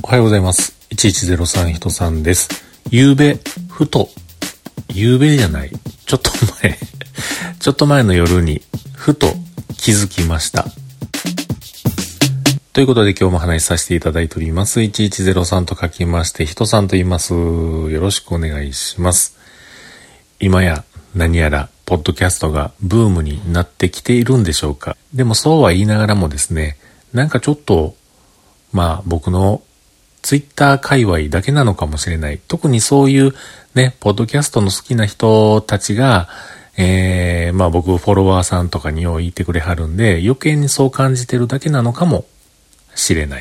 おはようございます。1103人さんです。ゆうべじゃない。ちょっと前の夜にふと気づきました。ということで今日も話しさせていただいております。1103と書きまして、人さんと言います。よろしくお願いします。今や何やらポッドキャストがブームになってきているんでしょうか。でもそうは言いながらもですね、なんかちょっと僕のツイッター界隈だけなのかもしれない。特にそういうね、ポッドキャストの好きな人たちが、僕フォロワーさんとかにいてくれはるんで、余計にそう感じてるだけなのかもしれない。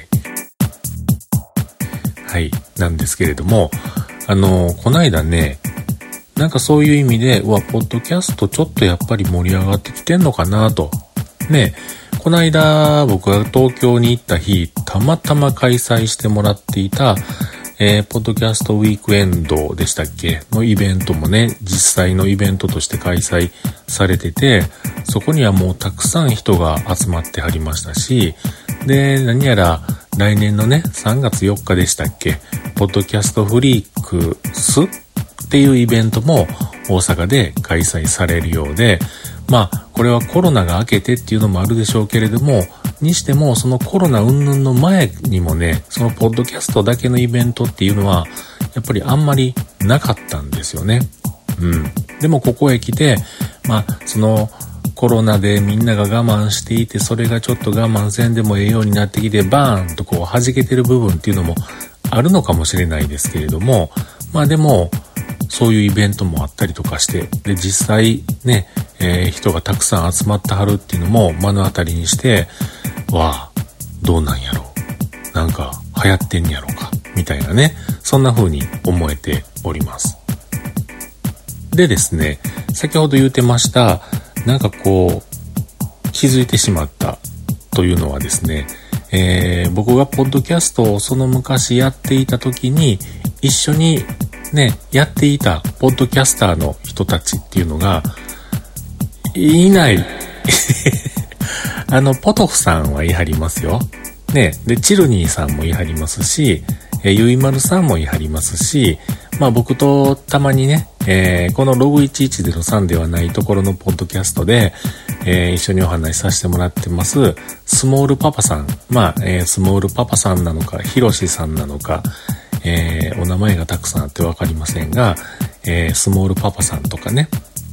はい、なんですけれども、こないだね、なんかそういう意味で、ポッドキャストちょっとやっぱり盛り上がってきてんのかなと。ね、この間僕が東京に行った日、たまたま開催してもらっていた、ポッドキャストウィークエンドでしたっけのイベントもね、実際のイベントとして開催されてて、そこにはもうたくさん人が集まってはりましたし、で、何やら来年のね、3月4日でしたっけ、ポッドキャストフリークスっていうイベントも大阪で開催されるようで、これはコロナが明けてっていうのもあるでしょうけれども、にしてもそのコロナ云々の前にもね、そのポッドキャストだけのイベントっていうのはやっぱりあんまりなかったんですよね。でもここへ来て、そのコロナでみんなが我慢していて、それがちょっと我慢せんでもええようになってきて、バーンとこう弾けてる部分っていうのもあるのかもしれないですけれども、でもそういうイベントもあったりとかして、で実際ね、人がたくさん集まってはるっていうのも目の当たりにして、どうなんやろう、なんか流行ってんやろうかみたいなね、そんな風に思えております。でですね、先ほど言ってましたなんかこう気づいてしまったというのはですね、僕がポッドキャストをその昔やっていた時に一緒にねやっていたポッドキャスターの人たちっていうのがいないポトフさんはいはりますよね。でチルニーさんもいはりますし、ゆいまるさんもいはりますし、僕とたまにね、このログ1103ではないところのポッドキャストで、一緒にお話しさせてもらってますスモールパパさん、スモールパパさんなのかヒロシさんなのか、お名前がたくさんあってわかりませんが、スモールパパさんとかね、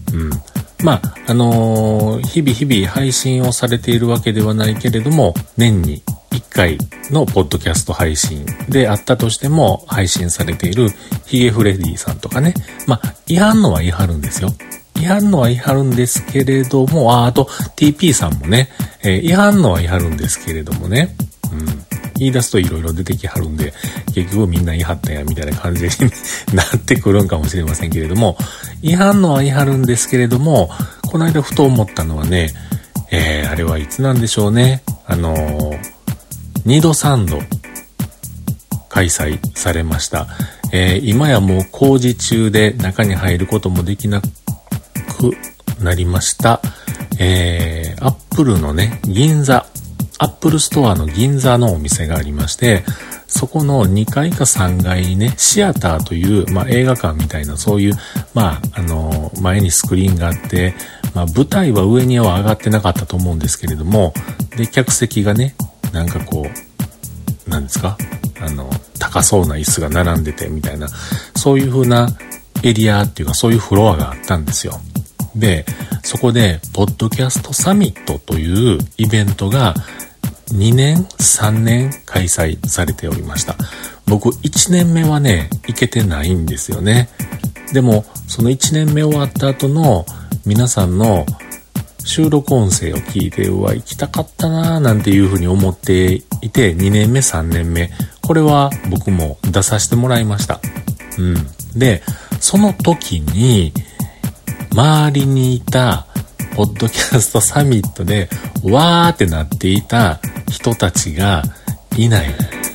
日々配信をされているわけではないけれども、年に1回のポッドキャスト配信であったとしても配信されているヒゲフレディさんとかね、違反のは違反るんですよ。違反のは違反るんですけれども、あと TP さんもね、違反のは違反るんですけれどもね、言い出すといろいろ出てきはるんで、結局みんな言い張ったやみたいな感じになってくるんかもしれませんけれども、違反のは違反るんですけれども、この間ふと思ったのはね、あれはいつなんでしょうね、2度3度開催されました。今やもう工事中で中に入ることもできなくなりました。アップルのね、アップルストアの銀座のお店がありまして、そこの2階か3階にね、シアターという、映画館みたいな、そういう、前にスクリーンがあって、舞台は上には上がってなかったと思うんですけれども、で、客席がね、なんかこう、なんですか、高そうな椅子が並んでてみたいな、そういう風なエリアっていうか、そういうフロアがあったんですよ。で、そこで、ポッドキャストサミットというイベントが、2年3年開催されておりました。僕1年目はね行けてないんですよね。でもその1年目終わった後の皆さんの収録音声を聞いて、行きたかったなーなんていうふうに思っていて、2年目3年目これは僕も出させてもらいました。でその時に周りにいたポッドキャストサミットでわーってなっていた人たちがいない。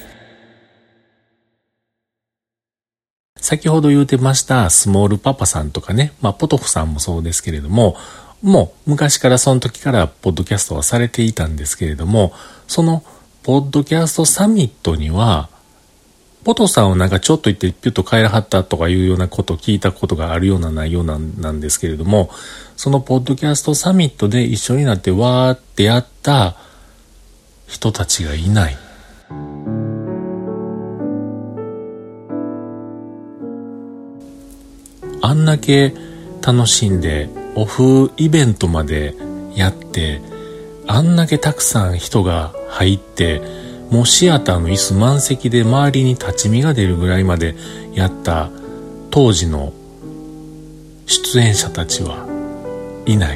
先ほど言うてましたスモールパパさんとかね、ポトフさんもそうですけれども、もう昔からその時からポッドキャストはされていたんですけれども、そのポッドキャストサミットにはポトさんをなんかちょっと言ってピュッと帰らはったとかいうようなことを聞いたことがあるような内容なんですけれども、そのポッドキャストサミットで一緒になってわーってやった人たちがいない。あんだけ楽しんでオフイベントまでやって、あんだけたくさん人が入って、もうシアターの椅子満席で周りに立ち見が出るぐらいまでやった当時の出演者たちはいない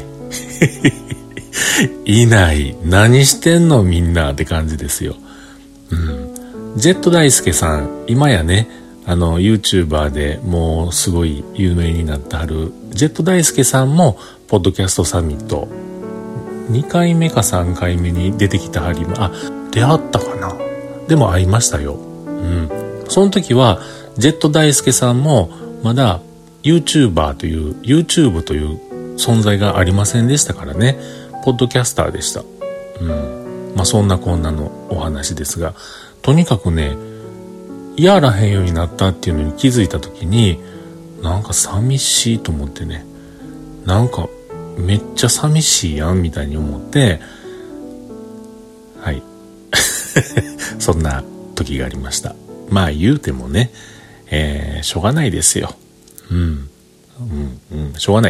いない。何してんのみんなって感じですよ。ジェット大輔さん、今やね、YouTuber でもうすごい有名になってはるジェット大輔さんもポッドキャストサミット2回目か3回目に出てきたはり、出会ったかな。でも会いましたよ。その時はジェット大輔さんもまだ YouTuber という YouTube という存在がありませんでしたからね。ポッドキャスターでした。そんなこんなのお話ですが、とにかくね、やらへんようになったっていうのに気づいた時に、なんか寂しいと思ってね、なんかめっちゃ寂しいやんみたいに思って、はいそんな時がありました。言うてもね、しょうがないですよ。しょうがない。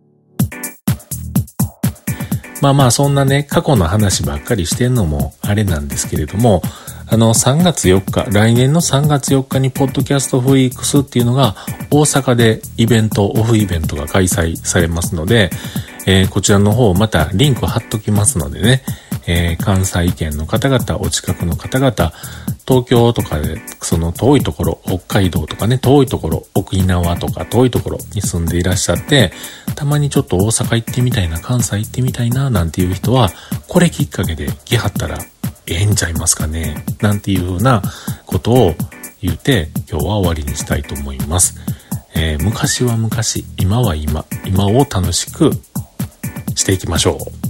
そんなね、過去の話ばっかりしてんのもあれなんですけれども、3月4日、来年の3月4日にポッドキャストフリークスっていうのが大阪でオフイベントが開催されますので、こちらの方またリンク貼っときますのでね、関西圏の方々、お近くの方々、東京とかでその遠いところ、北海道とかね、遠いところ、沖縄とか遠いところに住んでいらっしゃって、たまにちょっと大阪行ってみたいな、関西行ってみたいな、なんていう人は、これきっかけで来はったらええんちゃいますかね、なんていうふうなことを言って、今日は終わりにしたいと思います。昔は昔、今は今を楽しくしていきましょう。